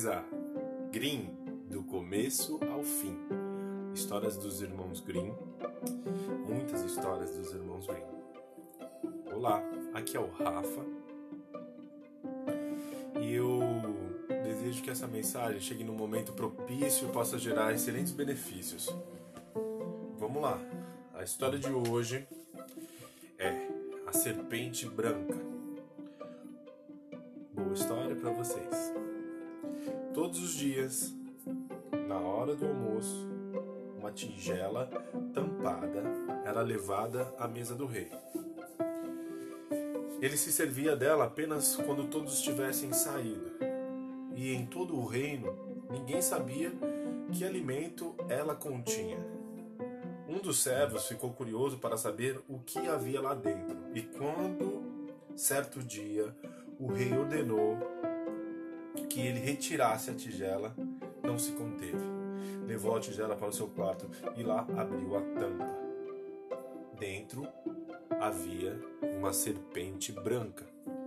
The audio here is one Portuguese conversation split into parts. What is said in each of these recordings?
a Grimm, do começo ao fim. Histórias dos irmãos Grimm, muitas histórias dos irmãos Grimm. Olá, aqui é o Rafa e eu desejo que essa mensagem chegue num momento propício e possa gerar excelentes benefícios. Vamos lá, a história de hoje é A Serpente Branca. Boa história para vocês. Todos os dias, na hora do almoço, uma tigela tampada era levada à mesa do rei. Ele se servia dela apenas quando todos tivessem saído. E em todo o reino, ninguém sabia que alimento ela continha. Um dos servos ficou curioso para saber o que havia lá dentro. E quando, certo dia, o rei ordenou que ele retirasse a tigela, não se conteve. Levou a tigela para o seu quarto e lá abriu a tampa. Dentro havia uma serpente branca.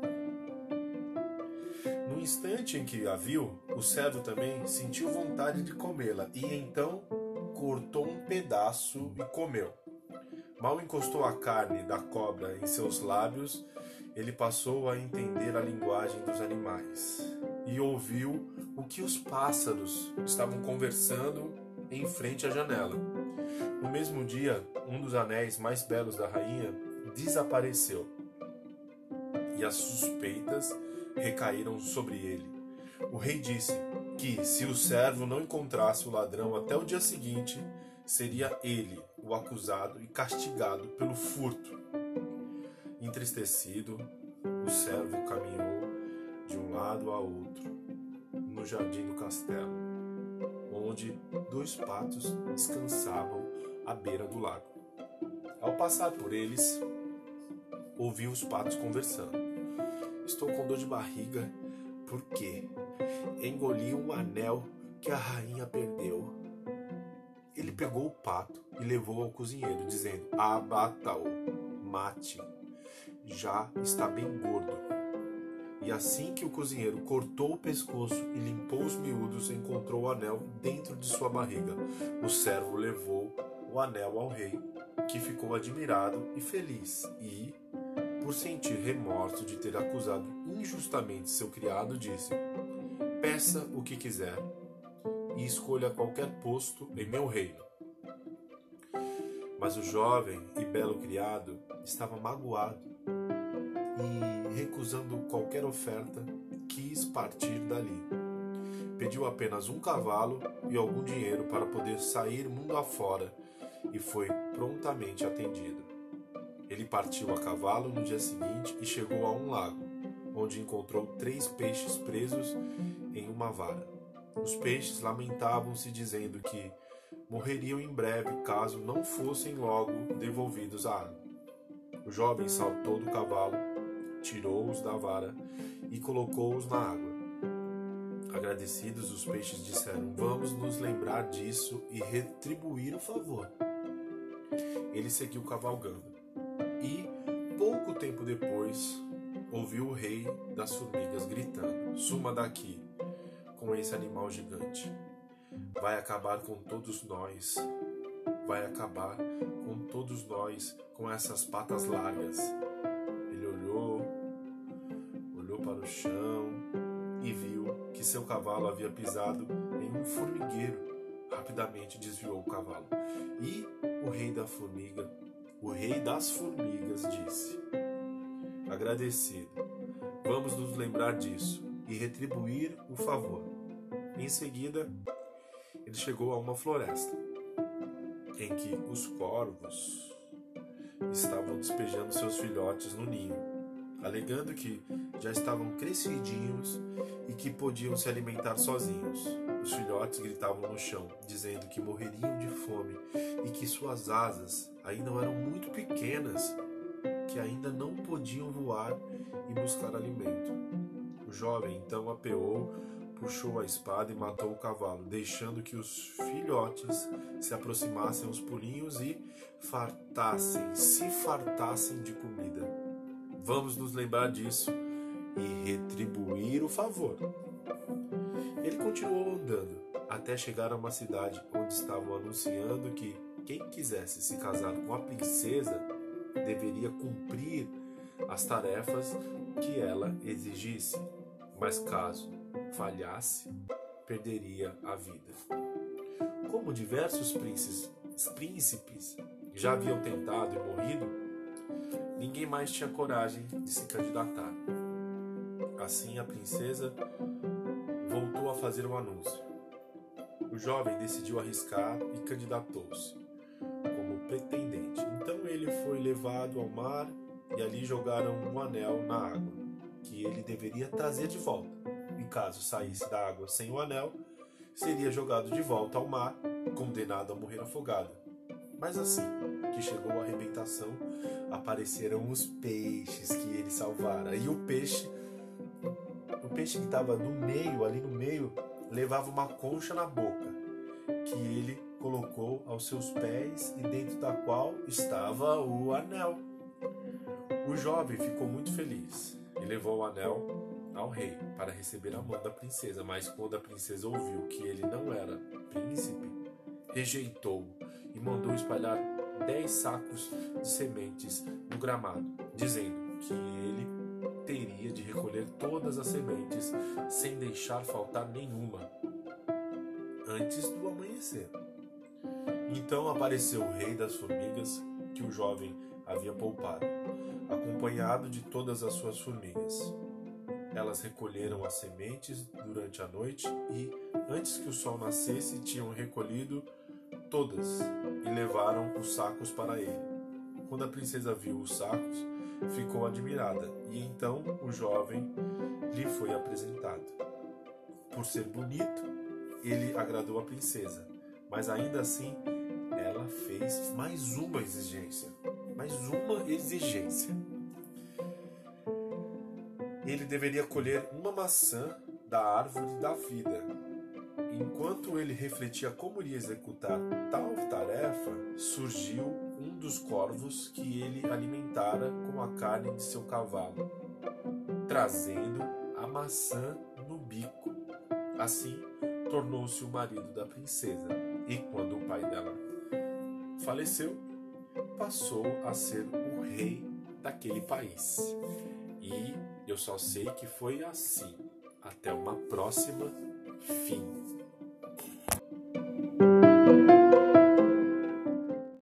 No instante em que a viu, o servo também sentiu vontade de comê-la e então cortou um pedaço e comeu. Mal encostou a carne da cobra em seus lábios, ele passou a entender a linguagem dos animais e ouviu o que os pássaros estavam conversando em frente à janela. No mesmo dia, um dos anéis mais belos da rainha desapareceu e as suspeitas recaíram sobre ele. O rei disse que, se o servo não encontrasse o ladrão até o dia seguinte, seria ele o acusado e castigado pelo furto. Entristecido, o servo caminhou de um lado a outro no jardim do castelo, onde dois patos descansavam à beira do lago. Ao passar por eles, ouviu os patos conversando. Estou com dor de barriga porque engoli um anel que a rainha perdeu. Ele pegou o pato e levou ao cozinheiro, dizendo: abata-o, mate, já está bem gordo. E assim que o cozinheiro cortou o pescoço e limpou os miúdos, encontrou o anel dentro de sua barriga. O servo levou o anel ao rei, que ficou admirado e feliz e, por sentir remorso de ter acusado injustamente seu criado, disse: peça o que quiser e escolha qualquer posto em meu reino. Mas o jovem e belo criado estava magoado e, recusando qualquer oferta, quis partir dali. Pediu apenas um cavalo e algum dinheiro para poder sair mundo afora e foi prontamente atendido. Ele partiu a cavalo no dia seguinte e chegou a um lago, onde encontrou 3 peixes presos em uma vara. Os peixes lamentavam-se, dizendo que morreriam em breve caso não fossem logo devolvidos à água. O jovem saltou do cavalo, tirou-os da vara e colocou-os na água. Agradecidos, os peixes disseram: vamos nos lembrar disso e retribuir o favor. Ele seguiu cavalgando e, pouco tempo depois, ouviu o rei das formigas gritando: suma daqui com esse animal gigante. Vai acabar com todos nós. Vai acabar com todos nós com essas patas largas. Ele olhou para o chão e viu que seu cavalo havia pisado em um formigueiro. Rapidamente desviou o cavalo. E o rei das formigas disse: agradecido, vamos nos lembrar disso e retribuir o favor. Em seguida, ele chegou a uma floresta em que os corvos estavam despejando seus filhotes no ninho, alegando que já estavam crescidinhos e que podiam se alimentar sozinhos. Os filhotes gritavam no chão, dizendo que morreriam de fome e que suas asas ainda eram muito pequenas, que ainda não podiam voar e buscar alimento. O jovem então apeou, puxou a espada e matou o cavalo, deixando que os filhotes se aproximassem aos pulinhos e se fartassem de comida. Vamos nos lembrar disso e retribuir o favor. Ele continuou andando até chegar a uma cidade onde estavam anunciando que quem quisesse se casar com a princesa deveria cumprir as tarefas que ela exigisse, mas caso falhasse, perderia a vida. Como diversos príncipes já haviam tentado e morrido, ninguém mais tinha coragem de se candidatar. Assim, a princesa voltou a fazer um anúncio. O jovem decidiu arriscar e candidatou-se como pretendente. Então ele foi levado ao mar e ali jogaram um anel na água, que ele deveria trazer de volta. E caso saísse da água sem o anel, seria jogado de volta ao mar, condenado a morrer afogado. Mas assim que chegou a arrebentação, apareceram os peixes que ele salvara. E o peixe que estava ali no meio, levava uma concha na boca, que ele colocou aos seus pés e dentro da qual estava o anel. O jovem ficou muito feliz e levou o anel ao rei para receber a mão da princesa, mas quando a princesa ouviu que ele não era príncipe, rejeitou e mandou espalhar 10 sacos de sementes no gramado, dizendo que ele teria de recolher todas as sementes sem deixar faltar nenhuma antes do amanhecer. Então apareceu o rei das formigas que o jovem havia poupado, acompanhado de todas as suas formigas. Elas recolheram as sementes durante a noite e, antes que o sol nascesse, tinham recolhido todas e levaram os sacos para ele. Quando a princesa viu os sacos, ficou admirada e então o jovem lhe foi apresentado. Por ser bonito, ele agradou a princesa, mas ainda assim ela fez mais uma exigência. Ele deveria colher uma maçã da árvore da vida. Enquanto ele refletia como iria executar tal tarefa, surgiu um dos corvos que ele alimentara com a carne de seu cavalo, trazendo a maçã no bico. Assim, tornou-se o marido da princesa, e quando o pai dela faleceu, passou a ser o rei daquele país. E eu só sei que foi assim. Até uma próxima. Fim.